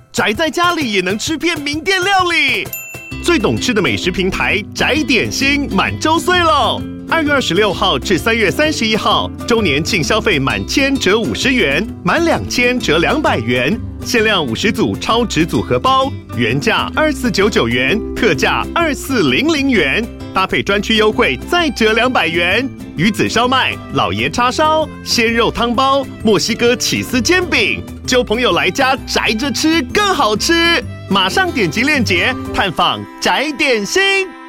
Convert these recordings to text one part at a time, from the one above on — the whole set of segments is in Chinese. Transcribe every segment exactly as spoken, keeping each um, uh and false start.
宅在家里也能吃遍名店料理。最懂吃的美食平台宅点心满周岁喽！二月二十六号至三月三十一号，周年庆消费满千折五十元，满两千折两百元，限量五十组超值组合包，原价二四九九元，特价二四零零元，搭配专区优惠再折两百元。鱼子烧麦、老爷叉烧、鲜肉汤包、墨西哥起司煎饼，揪朋友来家宅着吃更好吃。马上点击链接探访宅点心。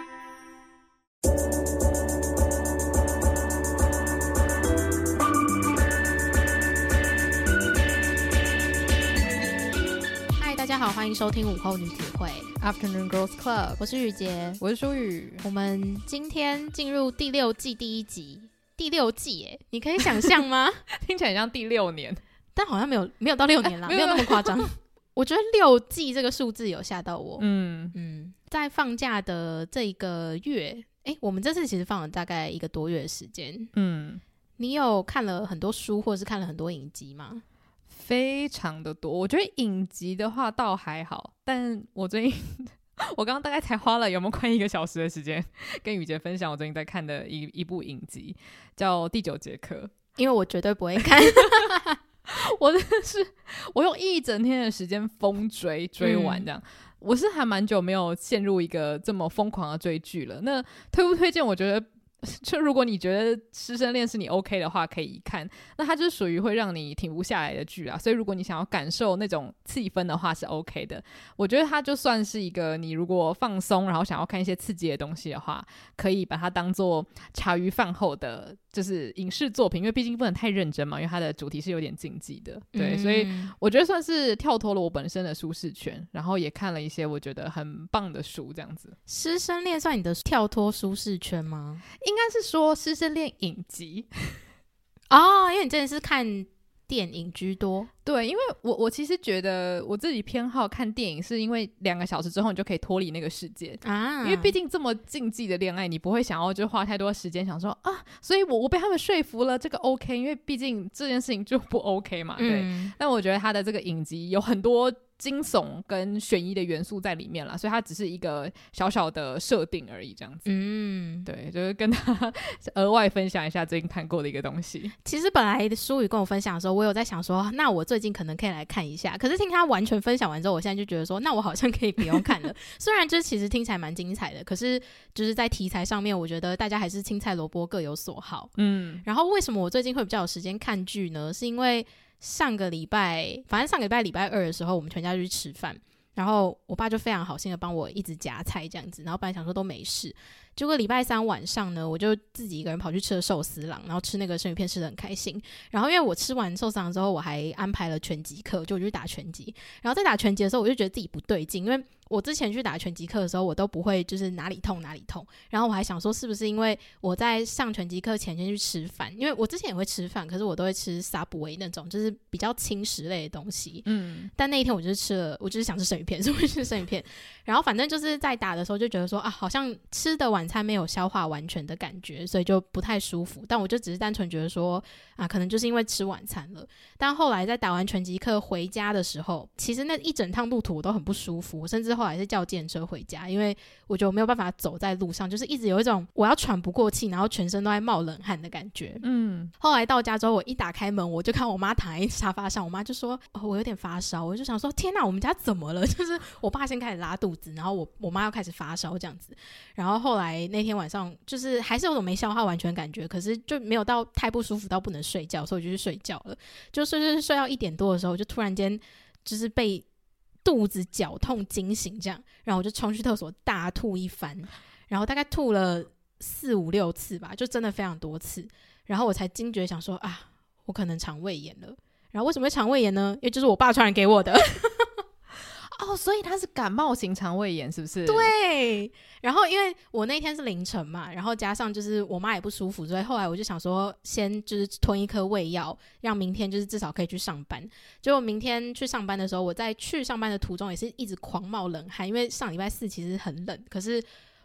嗨，大家好，欢迎收听午后女子会 Afternoon Girls Club， 我是雨洁， 我是舒雨。 我们今天进入第六季第一集，第六季耶，你可以想象吗？ 听起来很像第六年， 但好像没有没有到六年啦，没有那么夸张。我觉得六季这个数字有吓到我。嗯嗯，在放假的这个月，哎，我们这次其实放了大概一个多月的时间。嗯，你有看了很多书，或是看了很多影集吗？ 非常的多。我觉得影集的话倒还好，但我最近我刚刚大概才花了有没有快一个小时的时间跟雨洁分享我最近在看的一一部影集，叫《第九节课》。 因为我绝对不会看。 我真的是我用一整天的时间疯追追完这样、嗯、我是还蛮久没有陷入一个这么疯狂的追剧了。那推不推荐？我觉得就如果你觉得师生恋是你 OK 的话可以看，那它就是属于会让你停不下来的剧啊，所以如果你想要感受那种气氛的话是 OK 的。我觉得它就算是一个你如果放松然后想要看一些刺激的东西的话，可以把它当做茶余饭后的就是影视作品，因为毕竟不能太认真嘛，因为它的主题是有点禁忌的。对、嗯、所以我觉得算是跳脱了我本身的舒适圈，然后也看了一些我觉得很棒的书这样子。 师生恋算你的跳脱舒适圈吗？ 应该是说师生恋影集哦，因为你真的是看电影居多。 对，因为我我其实觉得我自己偏好看电影，是因为两个小时之后你就可以脱离那个世界啊。因为毕竟这么禁忌的恋爱，你不会想要就花太多时间想说啊，所以我我被他们说服了，这个 OK， 因为毕竟这件事情就不 OK 嘛。对，嗯、但我觉得他的这个影集有很多惊悚跟悬疑的元素在里面啦，所以它只是一个小小的设定而已，这样子。嗯，对，就是跟他额外分享一下最近看过的一个东西。 其实本来舒雨跟我分享的时候，我有在想说，那我最近可能可以来看一下。可是听他完全分享完之后，我现在就觉得说，那我好像可以不用看了。虽然就是其实听起来蛮精彩的，可是就是在题材上面，我觉得大家还是青菜萝卜各有所好。嗯，然后为什么我最近会比较有时间看剧呢？是因为上个礼拜，反正上个礼拜礼拜二的时候，我们全家就去吃饭，然后我爸就非常好心的帮我一直夹菜这样子，然后本来想说都没事，结果礼拜三晚上呢，我就自己一个人跑去吃了寿司郎，然后吃那个生鱼片吃得很开心。然后因为我吃完寿司郎之后，我还安排了拳击课，就我就去打拳击。然后在打拳击的时候，我就觉得自己不对劲，因为我之前去打拳击课的时候，我都不会就是哪里痛哪里痛，然后我还想说是不是因为我在上拳击课前先去吃饭，因为我之前也会吃饭，可是我都会吃 Subway 那种就是比较轻食类的东西。嗯，但那一天我就是吃了，我就是想吃生鱼片，所以我就吃生鱼片。然后反正就是在打的时候就觉得说啊，好像吃的晚餐没有消化完全的感觉，所以就不太舒服。但我就只是单纯觉得说啊，可能就是因为吃晚餐了。但后来在打完拳击课回家的时候，其实那一整趟路途我都很不舒服，我甚至后来是叫计程车回家，因为我觉得我没有办法走在路上，就是一直有一种我要喘不过气，然后全身都在冒冷汗的感觉。嗯，后来到家之后，我一打开门，我就看我妈躺在沙发上，我妈就说、哦、我有点发烧，我就想说天哪，我们家怎么了？就是我爸先开始拉肚子，然后我我妈要开始发烧这样子。然后后来那天晚上就是还是有种没消化完全感觉，可是就没有到太不舒服到不能睡觉，所以我就去睡觉了。就睡睡睡到一点多的时候，就突然间就是被肚子绞痛惊醒这样，然后我就冲去厕所大吐一番，然后大概吐了四五六次吧，就真的非常多次，然后我才惊觉想说啊，我可能肠胃炎了。然后为什么会肠胃炎呢？因为就是我爸传染给我的。 哦，所以他是感冒型肠胃炎是不是？ 对，然后因为我那天是凌晨嘛，然后加上就是我妈也不舒服，所以后来我就想说先就是吞一颗胃药，让明天就是至少可以去上班。结果明天去上班的时候，我在去上班的途中也是一直狂冒冷汗，因为上礼拜四其实很冷，可是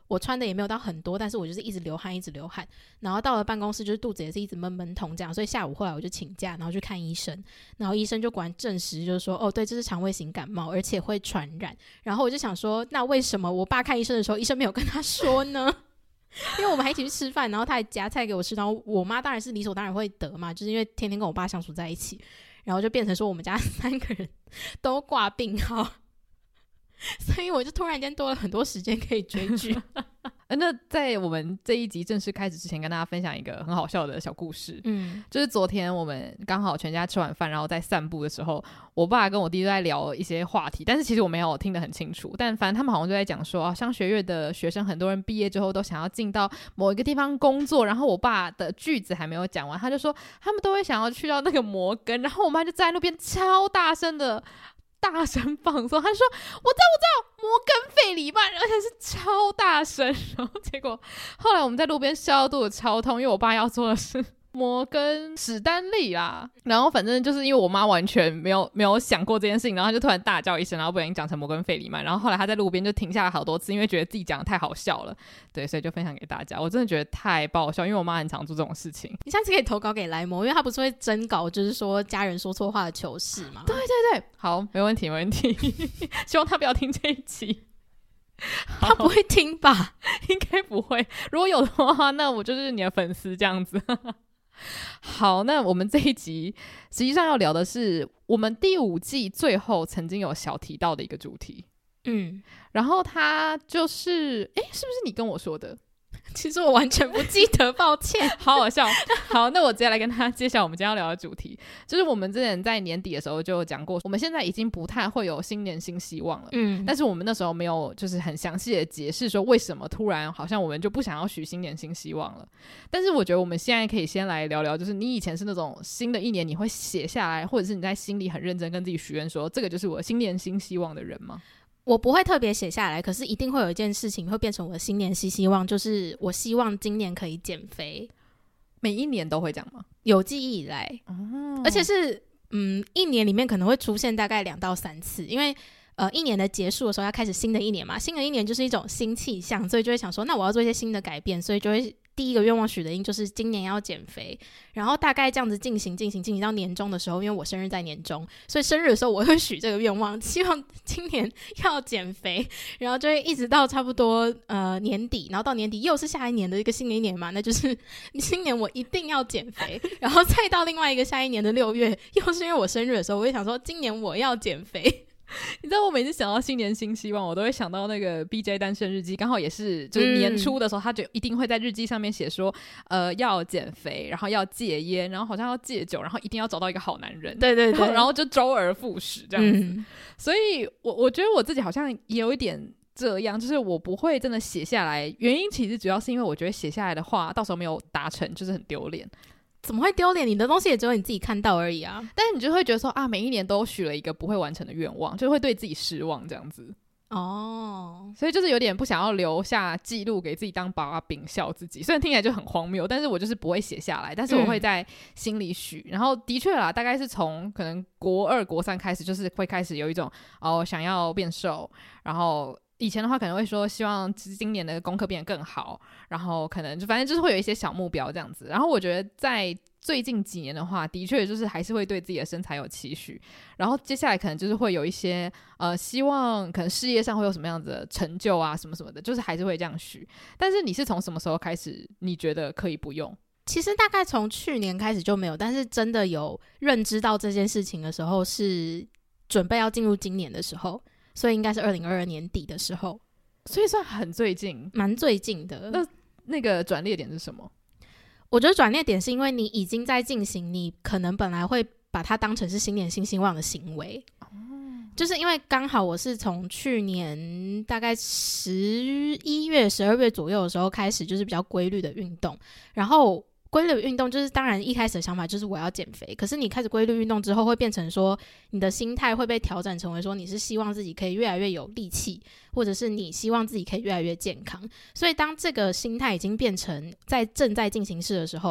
我穿的也没有到很多，但是我就是一直流汗一直流汗，然后到了办公室就是肚子也是一直闷闷痛这样，所以下午后来我就请假，然后去看医生，然后医生就果然证实就是说哦对，这是肠胃型感冒而且会传染。然后我就想说那为什么我爸看医生的时候医生没有跟他说呢？因为我们还一起去吃饭，然后他还夹菜给我吃，然后我妈当然是理所当然会得嘛，就是因为天天跟我爸相处在一起，然后就变成说我们家三个人都挂病号，所以我就突然间多了很多时间可以追剧。 那在我们这一集正式开始之前，跟大家分享一个很好笑的小故事。 嗯， 就是昨天我们刚好全家吃完饭，然后在散步的时候，我爸跟我弟都在聊一些话题，但是其实我没有听得很清楚。但反正他们好像就在讲说，啊，商学院的学生很多人毕业之后都想要进到某一个地方工作，然后我爸的句子还没有讲完，他就说他们都会想要去到那个摩根，然后我妈就在路边超大声的。大声放送，他说我知道我知道摩根费里曼，而且是超大声，然后结果后来我们在路边笑到肚子超痛，因为我爸要做的是摩根史丹利啦，然后反正就是因为我妈完全没有没有想过这件事情，然后就突然大叫一声，然后不小心讲成摩根费里曼，然后后来他在路边就停下来好多次，因为觉得自己讲的太好笑了，对，所以就分享给大家。我真的觉得太爆笑，因为我妈很常做这种事情。 你下次可以投稿给莱摩，因为他不是会征稿就是说家人说错话的糗事吗？ 对对对，好，没问题没问题希望他不要听这一集。 他不会听吧？ 应该不会，如果有的话那我就是你的粉丝这样子好，那我们这一集实际上要聊的是我们第五季最后曾经有小提到的一个主题。 嗯， 然后它就是诶，是不是你跟我说的？ 其实我完全不记得，抱歉。 好好笑。好，那我直接来跟他介绍我们今天要聊的主题，就是我们之前在年底的时候就有讲过，我们现在已经不太会有新年新希望了。嗯，但是我们那时候没有就是很详细的解释说为什么突然好像我们就不想要许新年新希望了。但是我觉得我们现在可以先来聊聊，就是你以前是那种新的一年你会写下来，或者是你在心里很认真跟自己许愿说这个就是我新年新希望的人吗？ 我不会特别写下来，可是一定会有一件事情会变成我的新年新希望，就是我希望今年可以减肥。 每一年都会这样吗？ 有记忆以来、哦、而且是嗯，一年里面可能会出现大概两到三次，因为呃，一年的结束的时候要开始新的一年嘛，新的一年就是一种新气象，所以就会想说那我要做一些新的改变，所以就会第一个愿望许的因就是今年要减肥，然后大概这样子进行进行进行到年终的时候，因为我生日在年终，所以生日的时候我会许这个愿望，希望今年要减肥，然后就会一直到差不多呃年底，然后到年底又是下一年的一个新的一年嘛，那就是今年我一定要减肥，然后再到另外一个下一年的六月，又是因为我生日的时候，我会想说今年我要减肥。 你知道我每次想到新年新希望，我都会想到那个 B J 单身日记，刚好也是就是年初的时候、嗯、他就一定会在日记上面写说呃要减肥，然后要戒烟，然后好像要戒酒，然后一定要找到一个好男人， 对对对， 然后, 然后就周而复始这样子、嗯、所以我我觉得我自己好像也有一点这样，就是我不会真的写下来，原因其实主要是因为我觉得写下来的话到时候没有达成就是很丢脸。 怎么会丢脸？你的东西也只有你自己看到而已啊！ 但是你就会觉得说啊，每一年都许了一个不会完成的愿望，就会对自己失望这样子。哦，所以就是有点不想要留下记录给自己当把柄笑自己，虽然听起来就很荒谬，但是我就是不会写下来，但是我会在心里许、嗯、然后的确啦，大概是从可能国二国三开始，就是会开始有一种哦想要变瘦，然后以前的话可能会说希望今年的功课变得更好，然后可能就反正就是会有一些小目标这样子。然后我觉得在最近几年的话，的确就是还是会对自己的身材有期许，然后接下来可能就是会有一些呃希望可能事业上会有什么样子的成就啊什么什么的，就是还是会这样许。但是你是从什么时候开始你觉得可以不用？ 其实大概从去年开始就没有，但是真的有认知到这件事情的时候是准备要进入今年的时候，所以应该是二零二二年底的时候， 所以算很最近， 蛮最近的。 那那个转捩点是什么？ 我觉得转捩点是因为你已经在进行你可能本来会把它当成是新年新希望的行为、哦、就是因为刚好我是从去年大概十一月十二月左右的时候开始就是比较规律的运动，然后规律运动就是当然一开始的想法就是我要减肥，可是你开始规律运动之后会变成说你的心态会被调整成为说你是希望自己可以越来越有力气，或者是你希望自己可以越来越健康，所以当这个心态已经变成在正在进行式的时候，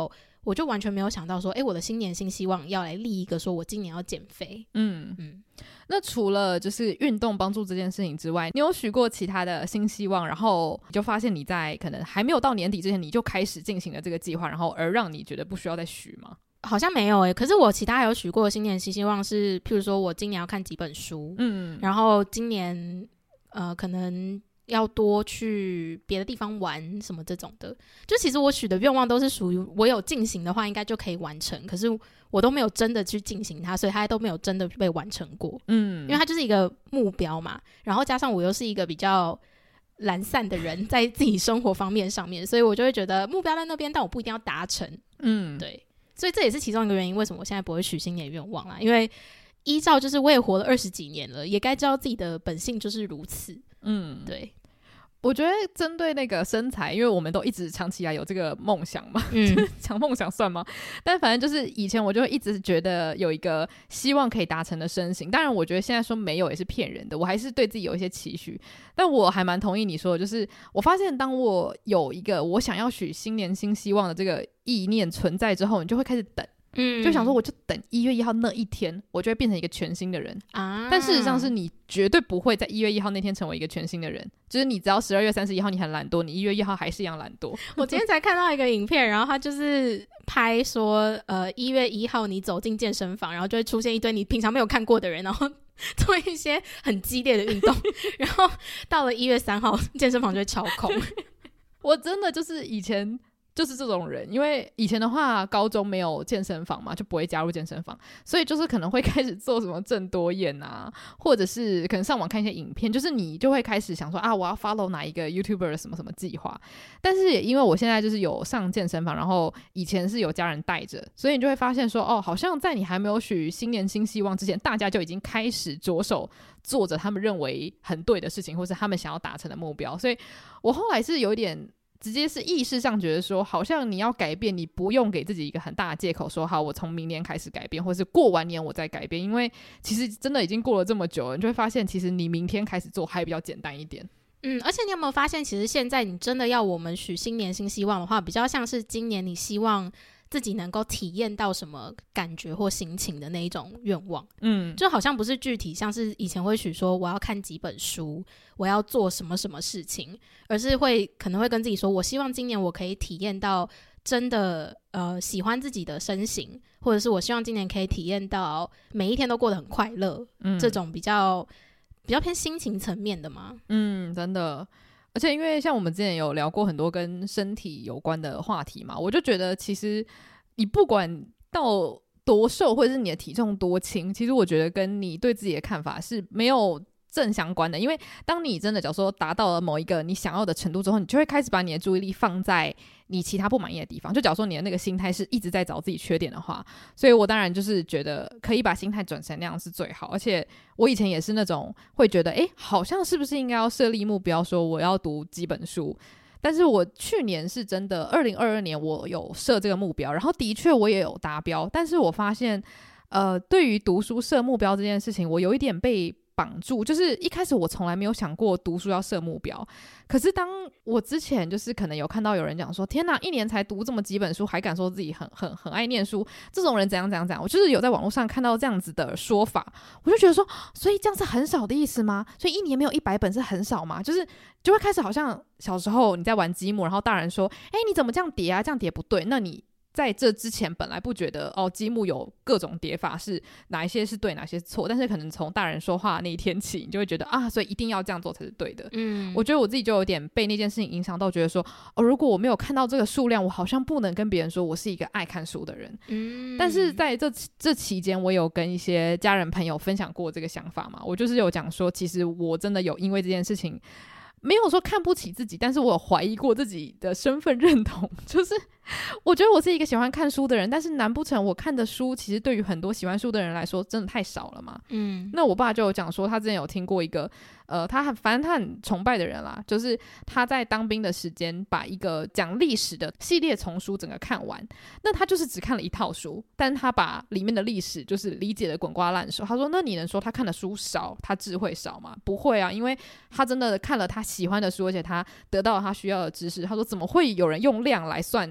我就完全没有想到说，哎，我的新年新希望要来立一个说我今年要减肥。 嗯嗯。那除了就是运动帮助这件事情之外，你有许过其他的新希望，然后你就发现你在可能还没有到年底之前你就开始进行了这个计划，然后而让你觉得不需要再许吗？ 好像没有诶、欸，可是我其他还有许过的新年新希望是，譬如说我今年要看几本书，嗯，然后今年呃可能要多去别的地方玩什么这种的。就其实我许的愿望都是属于我有进行的话应该就可以完成，可是我都没有真的去进行它，所以它都没有真的被完成过。嗯，因为它就是一个目标嘛，然后加上我又是一个比较懒散的人在自己生活方面上面，所以我就会觉得目标在那边，但我不一定要达成。嗯，对，所以这也是其中一个原因为什么我现在不会许新年愿望啦，因为依照就是我也活了二十几年了，也该知道自己的本性就是如此。嗯，对。 我觉得针对那个身材，因为我们都一直长期以来有这个梦想嘛，嗯，讲梦想算吗？但反正就是以前我就一直觉得有一个希望可以达成的身形，当然我觉得现在说没有也是骗人的，我还是对自己有一些期许。但我还蛮同意你说的，就是我发现当我有一个我想要许新年新希望的这个意念存在之后，你就会开始等。嗯，就想说我就等一月一号那一天我就会变成一个全新的人啊！但事实上是你绝对不会在一月一号那天成为一个全新的人，就是你只要十二月三十一号你很懒惰，你一月一号还是一样懒惰。 我今天才看到一个影片，然后他就是拍说呃一月一号你走进健身房，然后就会出现一堆你平常没有看过的人，然后做一些很激烈的运动然后到了一月三号健身房就会超空我真的就是以前就是这种人，因为以前的话高中没有健身房嘛，就不会加入健身房，所以就是可能会开始做什么郑多燕啊，或者是可能上网看一些影片，就是你就会开始想说啊我要 follow 哪一个 YouTuber 的什么什么计划。但是也因为我现在就是有上健身房，然后以前是有家人带着，所以你就会发现说哦，好像在你还没有许新年新希望之前，大家就已经开始着手做着他们认为很对的事情，或是他们想要达成的目标。所以我后来是有一点直接是意识上觉得说好像你要改变，你不用给自己一个很大的借口说好我从明年开始改变，或是过完年我再改变，因为其实真的已经过了这么久了，你就会发现其实你明天开始做还比较简单一点。 嗯，而且你有没有发现其实现在你真的要我们许新年新希望的话，比较像是今年你希望自己能够体验到什么感觉或心情的那一种愿望。嗯，就好像不是具体像是以前会许说我要看几本书，我要做什么什么事情，而是会可能会跟自己说我希望今年我可以体验到真的呃喜欢自己的身形，或者是我希望今年可以体验到每一天都过得很快乐。嗯，这种比较比较偏心情层面的嘛。 嗯，真的。而且因为像我们之前有聊过很多跟身体有关的话题嘛，我就觉得其实你不管到多瘦或者是你的体重多轻，其实我觉得跟你对自己的看法是没有正相关的。因为当你真的假如说达到了某一个你想要的程度之后，你就会开始把你的注意力放在你其他不满意的地方，就假如说你的那个心态是一直在找自己缺点的话，所以我当然就是觉得可以把心态转成那样是最好。而且我以前也是那种会觉得诶好像是不是应该要设立目标说我要读几本书，但是我去年是真的二零二二年我有设这个目标，然后的确我也有达标，但是我发现呃，对于读书设目标这件事情我有一点被绑住，就是一开始我从来没有想过读书要设目标，可是当我之前就是可能有看到有人讲说天哪，一年才读这么几本书还敢说自己很很很爱念书，这种人怎样怎样怎样，我就是有在网络上看到这样子的说法，我就觉得说所以这样是很少的意思吗？所以一年没有一百本是很少吗？就是就会开始好像小时候你在玩积木，然后大人说哎你怎么这样叠啊，这样叠不对，那你在这之前本来不觉得哦，积木有各种叠法是哪一些是对哪些是错，但是可能从大人说话那一天起你就会觉得啊，所以一定要这样做才是对的。嗯，我觉得我自己就有点被那件事情影响到，觉得说哦，如果我没有看到这个数量，我好像不能跟别人说我是一个爱看书的人。嗯，但是在这这期间我有跟一些家人朋友分享过这个想法嘛，我就是有讲说其实我真的有因为这件事情没有说看不起自己，但是我有怀疑过自己的身份认同，就是我觉得我是一个喜欢看书的人，但是难不成我看的书其实对于很多喜欢书的人来说真的太少了吗？嗯，那我爸就有讲说他之前有听过一个呃，他很反正他很崇拜的人啦，就是他在当兵的时间把一个讲历史的系列丛书整个看完，那他就是只看了一套书，但他把里面的历史就是理解的滚瓜烂熟。他说那你能说他看的书少他智慧少吗？不会啊，因为他真的看了他喜欢的书，而且他得到了他需要的知识。他说怎么会有人用量来算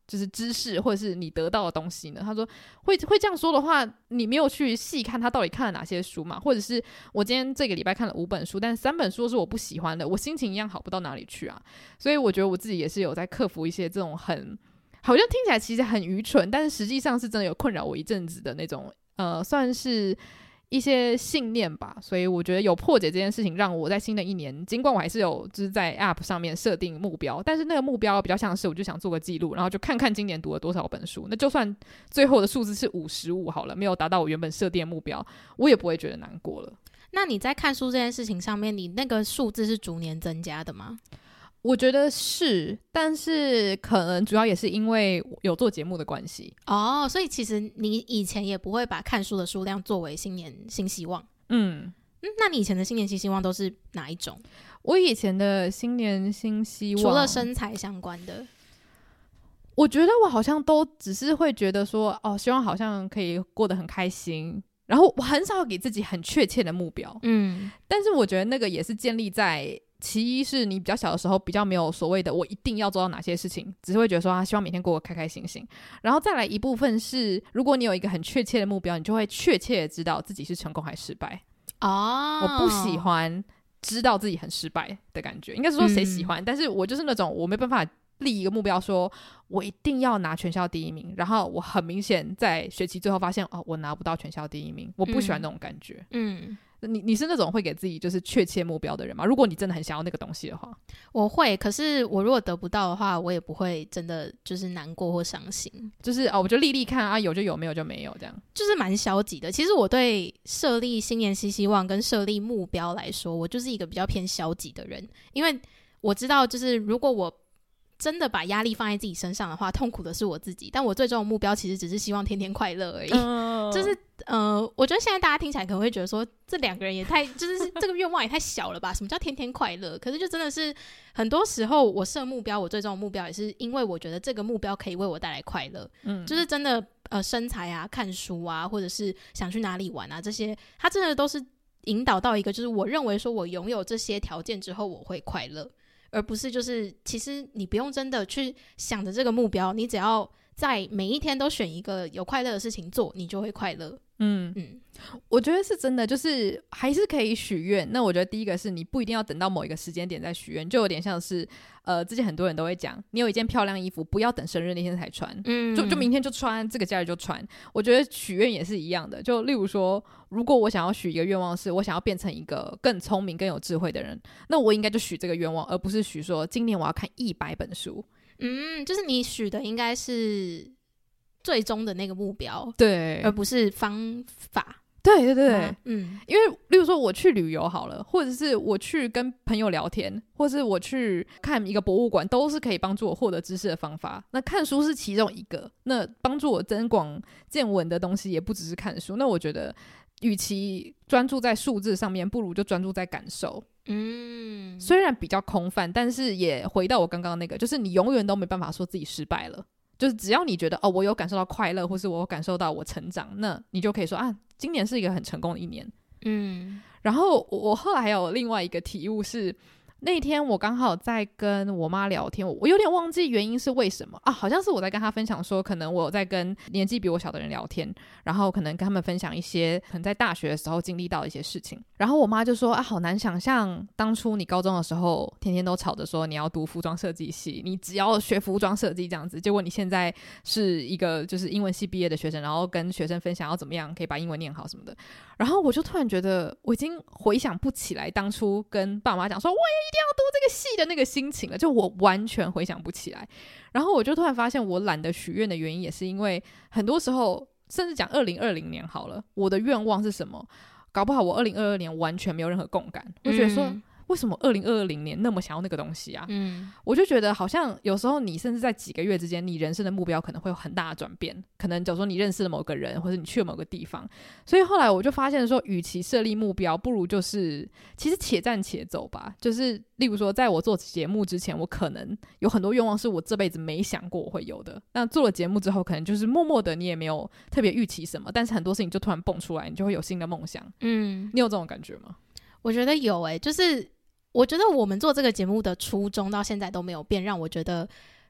就是知识或者是你得到的东西呢？他说会会这样说的话，你没有去细看他到底看了哪些书嘛？或者是我今天这个礼拜看了五本书，但三本书是我不喜欢的，我心情一样好不到哪里去啊。所以我觉得我自己也是有在克服一些这种很好像听起来其实很愚蠢，但是实际上是真的有困扰我一阵子的那种呃，算是一些信念吧。所以我觉得有破解这件事情，让我在新的一年，尽管我还是有就是在 App 上面设定目标，但是那个目标比较像是我就想做个记录，然后就看看今年读了多少本书，那就算最后的数字是五十五好了，没有达到我原本设定的目标，我也不会觉得难过了。 那你在看书这件事情上面，你那个数字是逐年增加的吗？ 我觉得是，但是可能主要也是因为有做节目的关系哦，所以其实你以前也不会把看书的数量作为新年新希望。 嗯嗯，那你以前的新年新希望都是哪一种？ 我以前的新年新希望， 除了身材相关的， 我觉得我好像都只是会觉得说，哦，希望好像可以过得很开心，然后我很少给自己很确切的目标。嗯，但是我觉得那个也是建立在其一是你比较小的时候比较没有所谓的我一定要做到哪些事情，只是会觉得说啊，希望每天过得开开心心。然后再来一部分是，如果你有一个很确切的目标，你就会确切的知道自己是成功还是失败。哦，我不喜欢知道自己很失败的感觉，应该是说谁喜欢、嗯、但是我就是那种我没办法立一个目标说我一定要拿全校第一名，然后我很明显在学期最后发现哦，我拿不到全校第一名，我不喜欢那种感觉。嗯，你你是那种会给自己就是确切目标的人吗？如果你真的很想要那个东西的话。 我会，可是我如果得不到的话，我也不会真的就是难过或伤心， 就是哦，我就立立看啊，有就有，没有就没有，这样就是蛮消极的。其实我对设立新年新希望跟设立目标来说，我就是一个比较偏消极的人，因为我知道就是如果我真的把压力放在自己身上的话，痛苦的是我自己，但我最终的目标其实只是希望天天快乐而已、嗯、就是呃，我觉得现在大家听起来可能会觉得说这两个人也太就是这个愿望也太小了吧，什么叫天天快乐？可是就真的是很多时候我设目标，我最终的目标也是因为我觉得这个目标可以为我带来快乐、嗯、就是真的呃身材啊，看书啊，或者是想去哪里玩啊，这些它真的都是引导到一个就是我认为说我拥有这些条件之后我会快乐，而不是就是其实你不用真的去想着这个目标，你只要在每一天都选一个有快乐的事情做，你就会快乐。嗯嗯，我觉得是真的，就是还是可以许愿。那我觉得第一个是你不一定要等到某一个时间点再许愿，就有点像是呃，之前很多人都会讲，你有一件漂亮衣服，不要等生日那天才穿，嗯，就就明天就穿，这个假日就穿。我觉得许愿也是一样的，就例如说，如果我想要许一个愿望是我想要变成一个更聪明、更有智慧的人，那我应该就许这个愿望，而不是许说今年我要看一百本书。 嗯，就是你许的应该是最终的那个目标， 对， 而不是方法。 对对对、嗯，嗯，因为例如说我去旅游好了，或者是我去跟朋友聊天，或是我去看一个博物馆，都是可以帮助我获得知识的方法。那看书是其中一个，那帮助我增广见闻的东西也不只是看书。那我觉得与其专注在数字上面，不如就专注在感受。嗯，虽然比较空泛，但是也回到我刚刚那个，就是你永远都没办法说自己失败了，就是只要你觉得哦，我有感受到快乐，或是我有感受到我成长，那你就可以说啊，今年是一个很成功的一年。嗯，然后我后来还有另外一个体悟是，那天我刚好在跟我妈聊天，我有点忘记原因是为什么啊，好像是我在跟她分享说，可能我有在跟年纪比我小的人聊天，然后可能跟他们分享一些可能在大学的时候经历到的一些事情，然后我妈就说啊，好难想象当初你高中的时候天天都吵着说你要读服装设计系，你只要学服装设计这样子，结果你现在是一个就是英文系毕业的学生，然后跟学生分享要怎么样可以把英文念好什么的，然后我就突然觉得我已经回想不起来当初跟爸妈讲说我也一定要读这个系的那个心情了，就我完全回想不起来。然后我就突然发现我懒得许愿的原因也是因为很多时候甚至讲二零二零年好了，我的愿望是什么，搞不好我二零二二年完全没有任何共感，我觉得说、嗯为什么二零二零年那么想要那个东西啊？嗯，我就觉得好像有时候你甚至在几个月之间，你人生的目标可能会有很大的转变。可能假如说你认识了某个人，或者你去了某个地方，所以后来我就发现说，与其设立目标，不如就是其实且战且走吧。就是例如说，在我做节目之前，我可能有很多愿望是我这辈子没想过我会有的。那做了节目之后，可能就是默默的，你也没有特别预期什么，但是很多事情就突然蹦出来，你就会有新的梦想。嗯，你有这种感觉吗？ 我觉得有诶、欸，就是。我觉得我们做这个节目的初衷到现在都没有变，让我觉得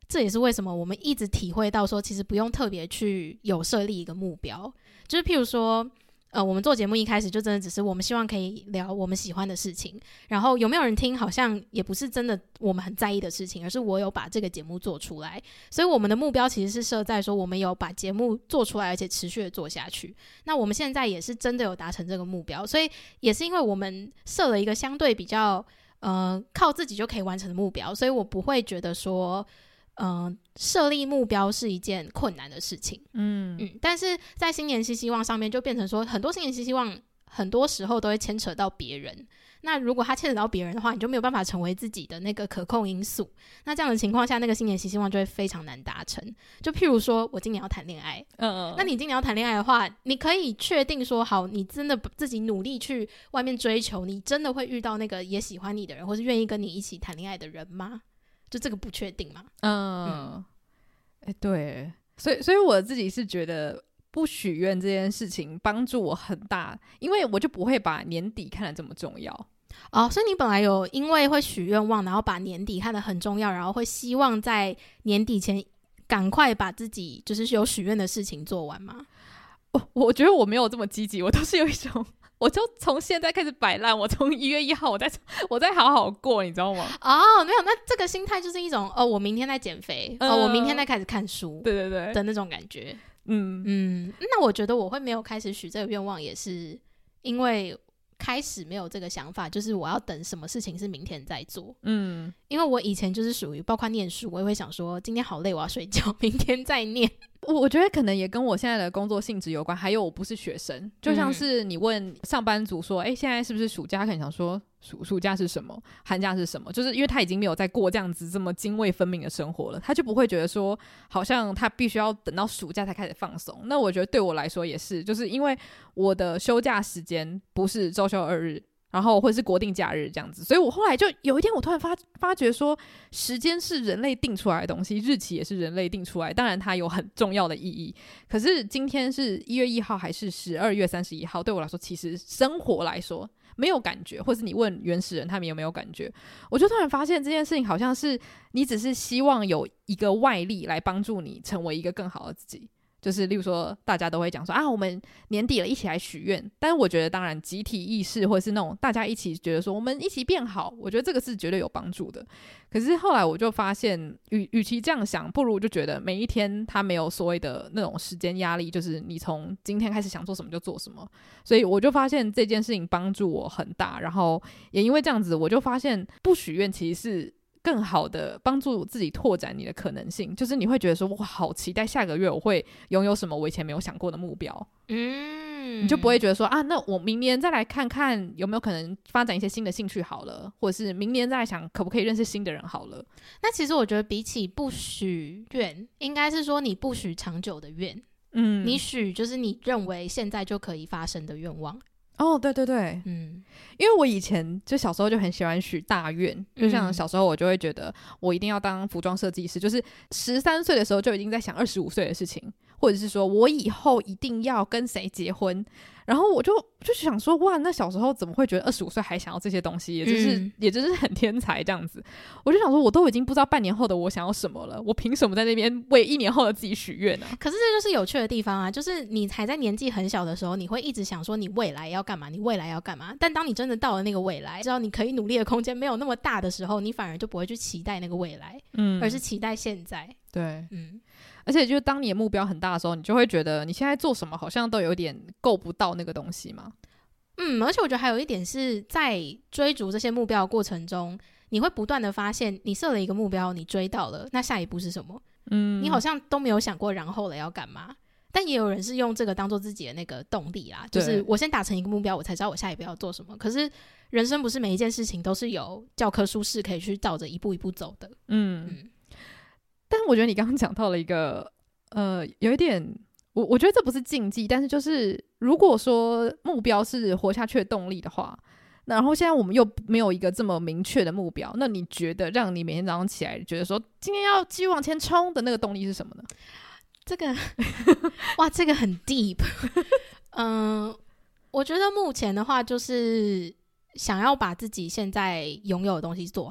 这也是为什么我们一直体会到说其实不用特别去有设立一个目标，就是譬如说呃，我们做节目一开始就真的只是我们希望可以聊我们喜欢的事情，然后有没有人听好像也不是真的我们很在意的事情，而是我有把这个节目做出来，所以我们的目标其实是设在说我们有把节目做出来而且持续的做下去。那我们现在也是真的有达成这个目标，所以也是因为我们设了一个相对比较呃靠自己就可以完成的目标，所以我不会觉得说嗯，设立目标是一件困难的事情。嗯嗯，但是在新年新希望上面就变成说很多新年新希望很多时候都会牵扯到别人，那如果他牵扯到别人的话，你就没有办法成为自己的那个可控因素，那这样的情况下那个新年新希望就会非常难达成。就譬如说我今年要谈恋爱，嗯，那你今年要谈恋爱的话，你可以确定说好你真的自己努力去外面追求，你真的会遇到那个也喜欢你的人或是愿意跟你一起谈恋爱的人吗？就这个不确定嘛。嗯， 嗯欸、对，所以所以我自己是觉得不许愿这件事情帮助我很大，因为我就不会把年底看得这么重要。 哦，所以你本来有因为会许愿望，然后把年底看得很重要，然后会希望在年底前赶快把自己就是有许愿的事情做完吗？ 我我觉得我没有这么积极，我都是有一种我就从现在开始摆烂，我从一月一号我再我再好好过，你知道吗？ 哦，没有，那这个心态就是一种哦，我明天在减肥，呃、哦，我明天在开始看书， 对对对的那种感觉。 嗯嗯，那我觉得我会没有开始许这个愿望，也是因为开始没有这个想法，就是我要等什么事情是明天再做。嗯，因为我以前就是属于包括念书，我也会想说今天好累，我要睡觉，明天再念。 我我觉得可能也跟我现在的工作性质有关，还有我不是学生，就像是你问上班族说，哎、嗯，现在是不是暑假？他可能想说暑暑假是什么，寒假是什么，就是因为他已经没有在过这样子这么泾渭分明的生活了，他就不会觉得说好像他必须要等到暑假才开始放松。那我觉得对我来说也是，就是因为我的休假时间不是周休二日，然后或者是国定假日这样子，所以我后来就有一天我突然发发觉说，时间是人类定出来的东西，日期也是人类定出来，当然它有很重要的意义，可是今天是一月一号还是十二月三十一号，对我来说其实生活来说没有感觉，或是你问原始人他们有没有感觉，我就突然发现这件事情好像是你只是希望有一个外力来帮助你成为一个更好的自己，就是例如说大家都会讲说啊我们年底了一起来许愿，但是我觉得当然集体意识或者是那种大家一起觉得说我们一起变好，我觉得这个是绝对有帮助的。可是后来我就发现与与其这样想，不如就觉得每一天它没有所谓的那种时间压力，就是你从今天开始想做什么就做什么，所以我就发现这件事情帮助我很大，然后也因为这样子我就发现不许愿其实是更好的帮助自己拓展你的可能性，就是你会觉得说哇好期待下个月我会拥有什么我以前没有想过的目标。嗯，你就不会觉得说啊那我明年再来看看有没有可能发展一些新的兴趣好了，或者是明年再来想可不可以认识新的人好了。 那其实我觉得比起不许愿，应该是说你不许长久的愿，嗯，你许就是你认为现在就可以发生的愿望。 哦，对对对，嗯，因为我以前就小时候就很喜欢许大愿，就像小时候我就会觉得我一定要当服装设计师，就是十三岁的时候就已经在想二十五岁的事情，或者是说我以后一定要跟谁结婚，然后我就就想说哇那小时候怎么会觉得二十五岁还想要这些东西，也就是、嗯、也就是很天才这样子。我就想说我都已经不知道半年后的我想要什么了，我凭什么在那边为一年后的自己许愿呢？ 可是这就是有趣的地方啊，就是你还在年纪很小的时候，你会一直想说你未来要干嘛，你未来要干嘛，但当你真的到了那个未来，知道你可以努力的空间没有那么大的时候，你反而就不会去期待那个未来，嗯，而是期待现在。 对，嗯，而且就是当你的目标很大的时候，你就会觉得你现在做什么好像都有点够不到那个东西嘛。 嗯，而且我觉得还有一点是在追逐这些目标的过程中，你会不断的发现你设了一个目标，你追到了，那下一步是什么？嗯，你好像都没有想过然后了要干嘛。但也有人是用这个当做自己的那个动力啦，就是我先达成一个目标，我才知道我下一步要做什么。可是人生不是每一件事情都是有教科书式可以去照着一步一步走的。嗯，嗯但我觉得你刚刚讲到了一个呃，有一点我我觉得这不是禁忌，但是就是如果说目标是活下去的动力的话，然后现在我们又没有一个这么明确的目标，那你觉得让你每天早上起来觉得说今天要继续往前冲的那个动力是什么呢？ 这个哇这个很 deep 嗯、呃，我觉得目前的话就是想要把自己现在拥有的东西做好。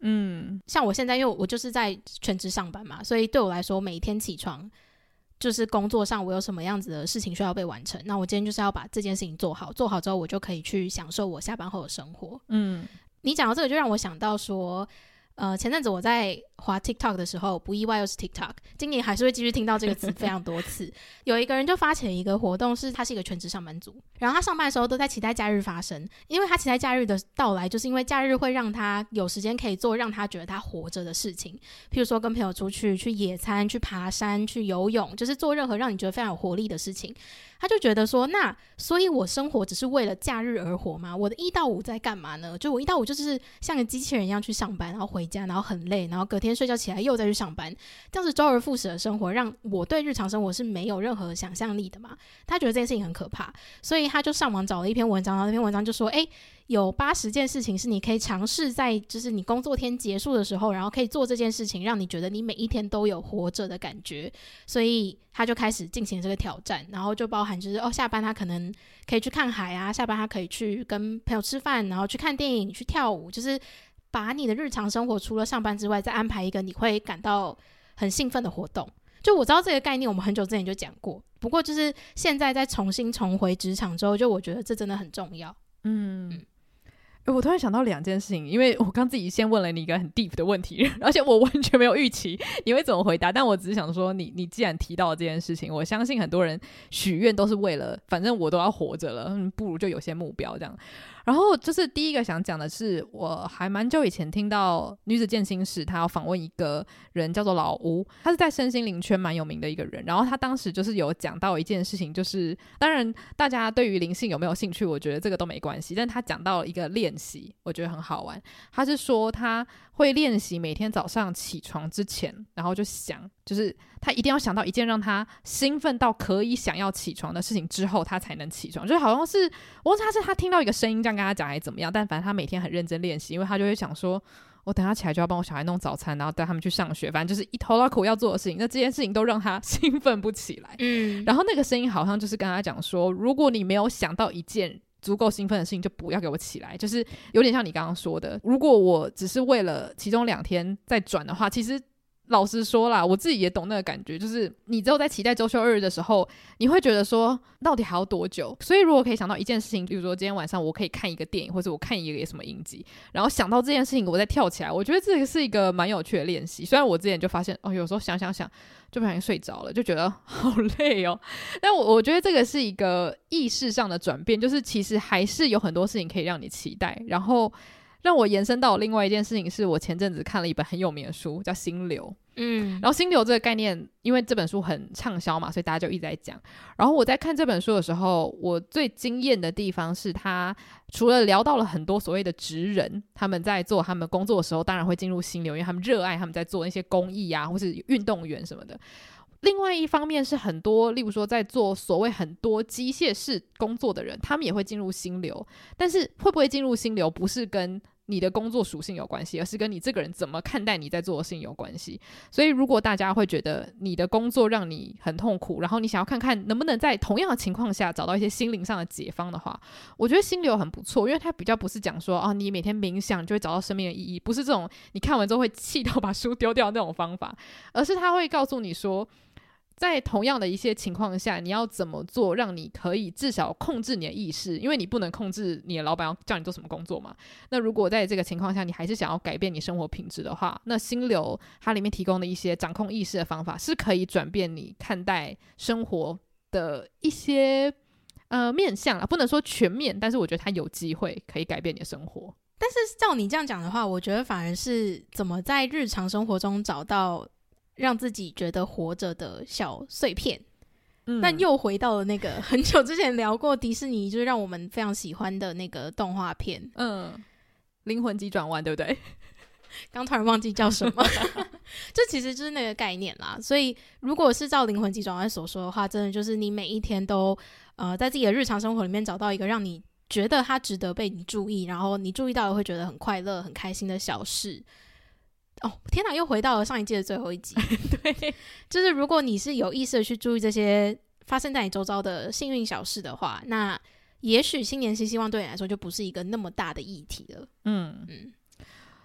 嗯，像我现在因为我就是在全职上班嘛，所以对我来说每天起床就是工作上我有什么样子的事情需要被完成，那我今天就是要把这件事情做好，做好之后我就可以去享受我下班后的生活。嗯，你讲到这个就让我想到说呃，前阵子我在滑 TikTok 的时候，不意外又是 TikTok， 今年还是会继续听到这个词非常多次。有一个人就发起了一个活动，是他是一个全职上班族，然后他上班的时候都在期待假日发生，因为他期待假日的到来，就是因为假日会让他有时间可以做让他觉得他活着的事情，譬如说跟朋友出去去野餐、去爬山、去游泳，就是做任何让你觉得非常有活力的事情。他就觉得说，那所以我生活只是为了假日而活吗？我的一到五在干嘛呢？就我一到五就是像个机器人一样去上班，然后回家，然后很累，然后隔天睡觉起来又再去上班，这样子周而复始的生活让我对日常生活是没有任何想象力的嘛。他觉得这件事情很可怕，所以他就上网找了一篇文章，然后那篇文章就说，诶，有八十件事情是你可以尝试在就是你工作天结束的时候，然后可以做这件事情，让你觉得你每一天都有活着的感觉。所以他就开始进行这个挑战，然后就包含就是哦，下班他可能可以去看海啊，下班他可以去跟朋友吃饭，然后去看电影、去跳舞，就是把你的日常生活除了上班之外，再安排一个你会感到很兴奋的活动。就我知道这个概念我们很久之前就讲过，不过就是现在再重新重回职场之后，就我觉得这真的很重要。嗯嗯， 我突然想到两件事情，因为我刚自己先问了你一个很 deep 的问题，而且我完全没有预期你会怎么回答，但我只是想说你你既然提到这件事情，我相信很多人许愿都是为了反正我都要活着了、嗯、不如就有些目标这样。然后就是第一个想讲的是，我还蛮久以前听到女子健心室他要访问一个人叫做老吴，他是在身心灵圈蛮有名的一个人，然后他当时就是有讲到一件事情，就是当然大家对于灵性有没有兴趣我觉得这个都没关系，但他讲到一个练习我觉得很好玩，他是说他会练习每天早上起床之前，然后就想就是他一定要想到一件让他兴奋到可以想要起床的事情之后他才能起床，就好像是我忘记他是他听到一个声音这样跟他讲还是怎么样，但反正他每天很认真练习，因为他就会想说我等下起来就要帮我小孩弄早餐，然后带他们去上学，反正就是一头拉苦要做的事情，那这件事情都让他兴奋不起来。嗯，然后那个声音好像就是跟他讲说，如果你没有想到一件足够兴奋的事情就不要给我起来，就是有点像你刚刚说的，如果我只是为了其中两天再转的话，其实老实说啦，我自己也懂那个感觉，就是你只有在期待周休二日的时候你会觉得说到底还要多久，所以如果可以想到一件事情，比如说今天晚上我可以看一个电影，或者我看一个什么影集，然后想到这件事情我再跳起来，我觉得这个是一个蛮有趣的练习。虽然我之前就发现哦，有时候想想想就不小心睡着了，就觉得好累哦，但我我觉得这个是一个意识上的转变，就是其实还是有很多事情可以让你期待。然后让我延伸到另外一件事情，是我前阵子看了一本很有名的书叫心流。嗯，然后心流这个概念因为这本书很畅销嘛，所以大家就一直在讲。然后我在看这本书的时候，我最惊艳的地方是他除了聊到了很多所谓的职人他们在做他们工作的时候当然会进入心流，因为他们热爱他们在做那些公益啊或是运动员什么的，另外一方面是很多例如说在做所谓很多机械式工作的人他们也会进入心流，但是会不会进入心流不是跟你的工作属性有关系，而是跟你这个人怎么看待你在做的事情有关系。所以如果大家会觉得你的工作让你很痛苦，然后你想要看看能不能在同样的情况下找到一些心灵上的解方的话，我觉得心流很不错，因为它比较不是讲说、啊、你每天冥想就会找到生命的意义，不是这种你看完之后会气到把书丢掉那种方法，而是它会告诉你说在同样的一些情况下你要怎么做让你可以至少控制你的意识，因为你不能控制你的老板要叫你做什么工作嘛。那如果在这个情况下你还是想要改变你生活品质的话，那心流它里面提供的一些掌控意识的方法是可以转变你看待生活的一些呃面向啦，不能说全面，但是我觉得它有机会可以改变你的生活。 但是照你这样讲的话，我觉得反而是怎么在日常生活中找到让自己觉得活着的小碎片、嗯、但又回到了那个很久之前聊过迪士尼就是让我们非常喜欢的那个动画片， 嗯，灵魂急转弯对不对？ 刚突然忘记叫什么这其实就是那个概念啦。所以如果是照灵魂急转弯所说的话，真的就是你每一天都呃在自己的日常生活里面找到一个让你觉得它值得被你注意，然后你注意到了会觉得很快乐很开心的小事。哦，天哪，又回到了上一季的最后一集对，就是如果你是有意识的去注意这些发生在你周遭的幸运小事的话，那也许新年新希望对你来说就不是一个那么大的议题了。嗯嗯，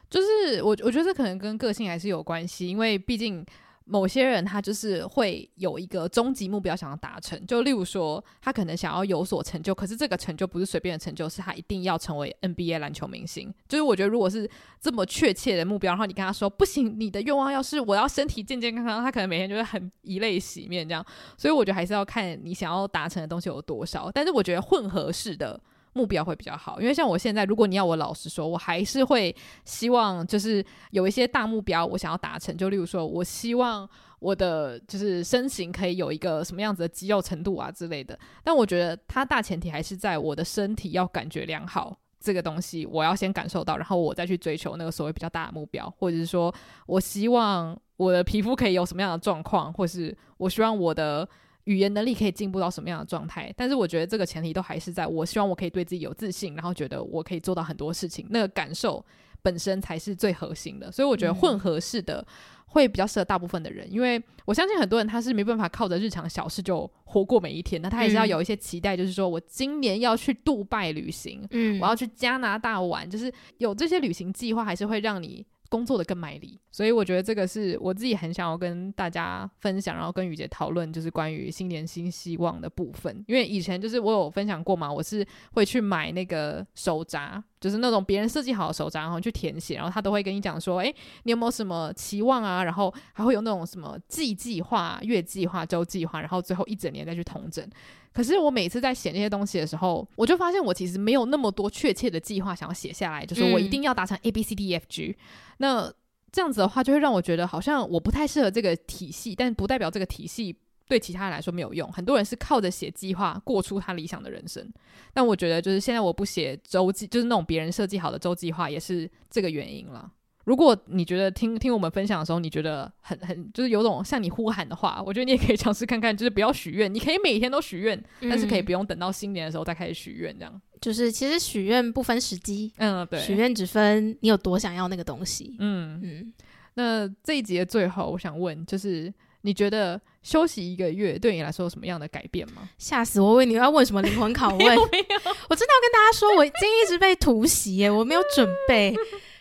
就是我我觉得这可能跟个性还是有关系，因为毕竟某些人他就是会有一个终极目标想要达成，就例如说他可能想要有所成就，可是这个成就不是随便的成就，是他一定要成为 N B A 篮球明星。就是我觉得如果是这么确切的目标，然后你跟他说不行，你的愿望要是我要身体健健康康，他可能每天就会很以泪洗面这样。所以我觉得还是要看你想要达成的东西有多少，但是我觉得混合式的目标会比较好，因为像我现在如果你要我老实说，我还是会希望就是有一些大目标我想要达成，就例如说我希望我的就是身形可以有一个什么样子的肌肉程度啊之类的，但我觉得它大前提还是在我的身体要感觉良好，这个东西我要先感受到，然后我再去追求那个所谓比较大的目标，或者是说我希望我的皮肤可以有什么样的状况，或是我希望我的语言能力可以进步到什么样的状态。但是我觉得这个前提都还是在我希望我可以对自己有自信，然后觉得我可以做到很多事情，那个感受本身才是最核心的。所以我觉得混合式的会比较适合大部分的人，因为我相信很多人他是没办法靠着日常小事就活过每一天，那他还是要有一些期待，就是说我今年要去杜拜旅行、嗯、我要去加拿大玩，就是有这些旅行计划还是会让你工作的更卖力。所以我觉得这个是我自己很想要跟大家分享，然后跟雨杰讨论，就是关于新年新希望的部分。因为以前就是我有分享过嘛，我是会去买那个手札，就是那种别人设计好的手札，然后去填写，然后他都会跟你讲说诶你有没有什么期望啊，然后还会有那种什么季计划、月计划、周计划，然后最后一整年再去统整。可是我每次在写那些东西的时候，我就发现我其实没有那么多确切的计划想要写下来，就是我一定要达成 A B C D E F G、嗯、那这样子的话就会让我觉得好像我不太适合这个体系，但不代表这个体系对其他人来说没有用。很多人是靠着写计划过出他理想的人生，但我觉得就是现在我不写周计，就是那种别人设计好的周计划，也是这个原因了。如果你觉得听听我们分享的时候你觉得很很就是有种向你呼喊的话，我觉得你也可以尝试看看，就是不要许愿，你可以每天都许愿、嗯、但是可以不用等到新年的时候再开始许愿，这样就是其实许愿不分时机，嗯，对，许愿只分你有多想要那个东西。嗯嗯。那这一集的最后我想问，就是你觉得休息一个月对你来说有什么样的改变吗？ 吓死我，以为你要问什么灵魂拷问。没有没有，我真的要跟大家说我今天一直被突袭耶，我没有准备。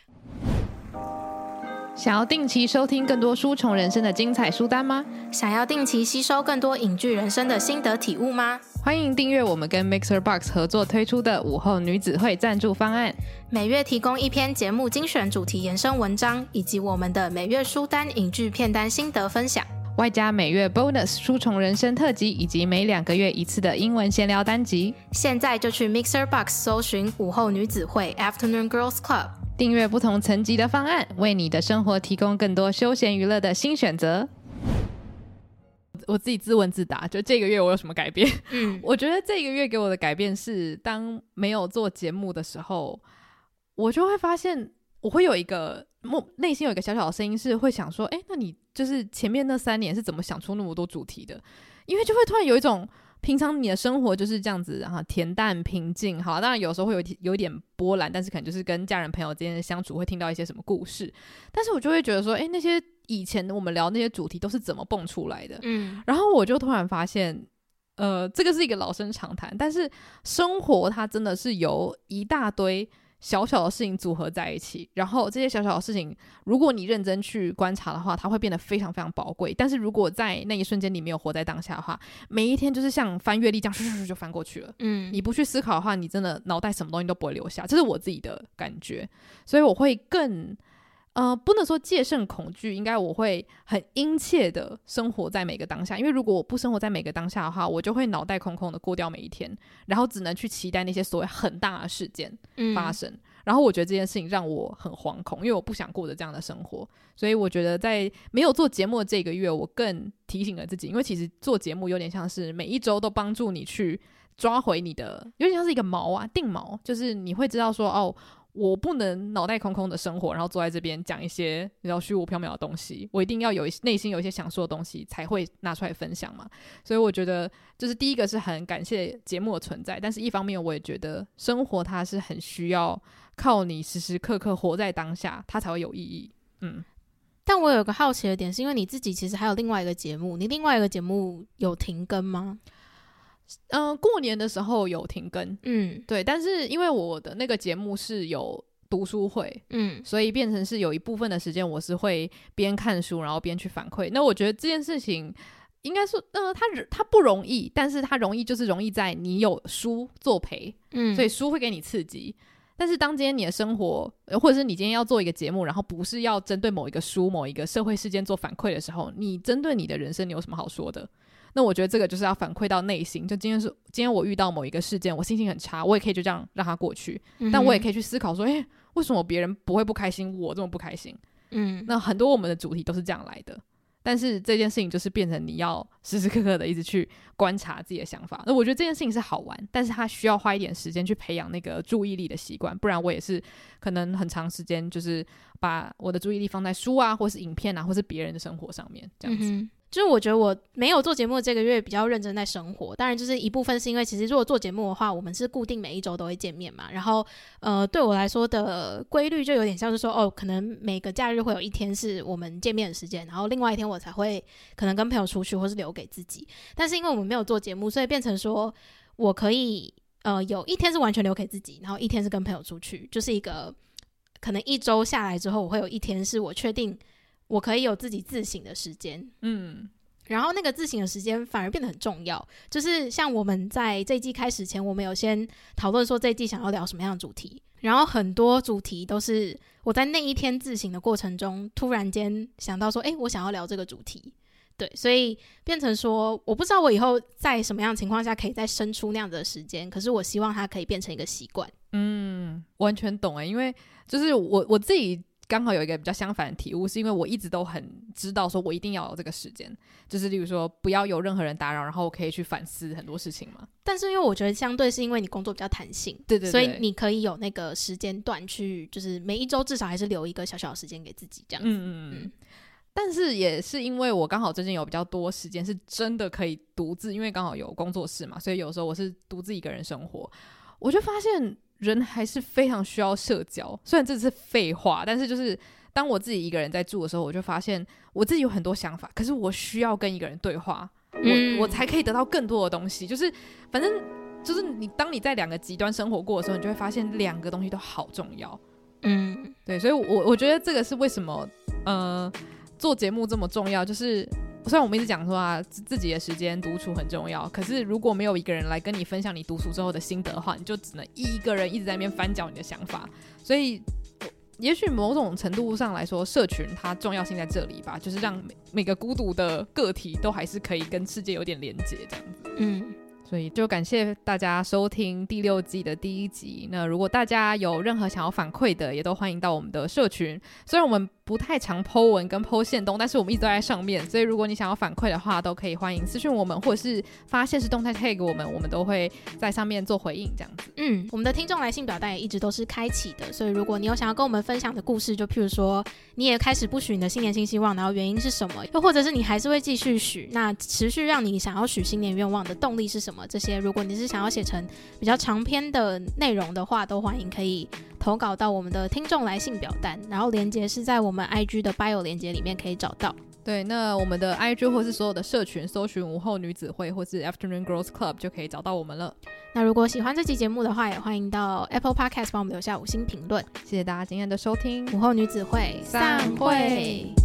想要定期收听更多书虫人生的精彩书单吗？ 想要定期吸收更多影剧人生的心得体悟吗？ 欢迎订阅我们跟 Mixer Box 合作推出的午后女子会赞助方案， 每月提供一篇节目精选主题延伸文章，以及我们的每月书单影剧片单心得分享， 外加每月 bonus 书虫人生特辑，以及每两个月一次的英文闲聊单集。 现在就去 Mixer Box 搜寻午后女子会 Afternoon Girls Club， 订阅不同层级的方案，为你的生活提供更多休闲娱乐的新选择。我自己自问自答，就这个月我有什么改变？嗯，我觉得这个月给我的改变是，当没有做节目的时候，我就会发现我会有一个内心有一个小小的声音是会想说，哎，那你就是前面那三年是怎么想出那么多主题的？因为就会突然有一种平常你的生活就是这样子，然后恬淡平静，好，当然有时候会有有一点波澜，但是可能就是跟家人朋友之间的相处会听到一些什么故事，但是我就会觉得说，哎，那些以前我们聊那些主题都是怎么蹦出来的？嗯，然后我就突然发现，呃，这个是一个老生常谈，但是生活它真的是由一大堆小小的事情组合在一起，然后这些小小的事情如果你认真去观察的话，它会变得非常非常宝贵，但是如果在那一瞬间你没有活在当下的话，每一天就是像翻阅历这样咻咻咻就翻过去了。嗯，你不去思考的话，你真的脑袋什么东西都不会留下，这是我自己的感觉。所以我会更呃，不能说戒慎恐惧，应该我会很殷切的生活在每个当下，因为如果我不生活在每个当下的话，我就会脑袋空空的过掉每一天，然后只能去期待那些所谓很大的事件发生、嗯、然后我觉得这件事情让我很惶恐，因为我不想过着这样的生活。所以我觉得在没有做节目的这个月，我更提醒了自己，因为其实做节目有点像是每一周都帮助你去抓回你的，有点像是一个锚啊，定锚，就是你会知道说，哦，我不能脑袋空空的生活，然后坐在这边讲一些你知道虚无缥缈的东西，我一定要有内心有一些想说的东西才会拿出来分享嘛。所以我觉得就是第一个是很感谢节目的存在，但是一方面我也觉得生活它是很需要靠你时时刻刻活在当下，它才会有意义。嗯， 但我有个好奇的点是，因为你自己其实还有另外一个节目，你另外一个节目有停更吗？ 嗯、呃，过年的时候有停更，嗯，对，但是因为我的那个节目是有读书会， 嗯， 所以变成是有一部分的时间我是会边看书然后边去反馈。那我觉得这件事情应该说呃，它它不容易，但是它容易就是容易在你有书作陪，嗯，所以书会给你刺激。但是当今天你的生活或者是你今天要做一个节目，然后不是要针对某一个书某一个社会事件做反馈的时候，你针对你的人生你有什么好说的？那我觉得这个就是要反馈到内心，就今天是今天我遇到某一个事件我心情很差，我也可以就这样让它过去，嗯，但我也可以去思考说诶，为什么别人不会不开心我这么不开心？嗯，那很多我们的主题都是这样来的，但是这件事情就是变成你要时时刻刻的一直去观察自己的想法。那我觉得这件事情是好玩，但是它需要花一点时间去培养那个注意力的习惯，不然我也是可能很长时间就是把我的注意力放在书啊或是影片啊或是别人的生活上面这样子。 嗯，就是我觉得我没有做节目这个月比较认真在生活，当然就是一部分是因为其实如果做节目的话我们是固定每一周都会见面嘛，然后呃对我来说的规律就有点像是说哦，可能每个假日会有一天是我们见面的时间，然后另外一天我才会可能跟朋友出去或是留给自己。但是因为我们没有做节目，所以变成说我可以呃有一天是完全留给自己，然后一天是跟朋友出去，就是一个可能一周下来之后我会有一天是我确定我可以有自己自省的时间，嗯，然后那个自省的时间反而变得很重要。就是像我们在这一季开始前，我们有先讨论说这一季想要聊什么样的主题，然后很多主题都是我在那一天自省的过程中突然间想到说，诶，我想要聊这个主题。对，所以变成说我不知道我以后在什么样的情况下可以再生出那样子的时间，可是我希望它可以变成一个习惯。 嗯，完全懂耶，因为就是我我自己刚好有一个比较相反的体悟，是因为我一直都很知道说我一定要有这个时间，就是例如说不要有任何人打扰，然后我可以去反思很多事情嘛。 但是因为我觉得相对是因为你工作比较弹性， 对对对， 所以你可以有那个时间段去，就是每一周至少还是留一个小小的时间给自己这样子。嗯嗯嗯。 但是也是因为我刚好最近有比较多时间是真的可以独自，因为刚好有工作室嘛，所以有时候我是独自一个人生活，我就发现人还是非常需要社交。虽然这是废话，但是就是当我自己一个人在住的时候，我就发现我自己有很多想法，可是我需要跟一个人对话，嗯，我我才可以得到更多的东西。就是反正就是你当你在两个极端生活过的时候，你就会发现两个东西都好重要。嗯，对，所以我我觉得这个是为什么呃做节目这么重要。就是虽然我们一直讲说啊自己的时间独处很重要，可是如果没有一个人来跟你分享你独处之后的心得的话，你就只能一个人一直在那边翻搅你的想法。所以也许某种程度上来说，社群它重要性在这里吧，就是让 每, 每个孤独的个体都还是可以跟世界有点连结这样子。嗯，所以就感谢大家收听第六季的第一集。那如果大家有任何想要反馈的，也都欢迎到我们的社群。虽然我们不太常 po 文跟 po 限动，但是我们一直都在上面，所以如果你想要反馈的话，都可以欢迎私讯我们，或者是发限时动态 tag 我们，我们都会在上面做回应这样子。 嗯，我们的听众来信表单也一直都是开启的，所以如果你有想要跟我们分享的故事，就譬如说你也开始不许你的新年新希望，然后原因是什么，又或者是你还是会继续许，那持续让你想要许新年愿望的动力是什么，这些如果你是想要写成比较长篇的内容的话，都欢迎可以投稿到我们的听众来信表单，然后连结是在我们 I G 的 bio 连结里面可以找到。 对，那我们的 I G 或是所有的社群搜寻午后女子会或是 Afternoon Girls Club 就可以找到我们了。 那如果喜欢这期节目的话，也欢迎到 Apple Podcast 帮我们留下五星评论。 谢谢大家今天的收听， 午后女子会散会。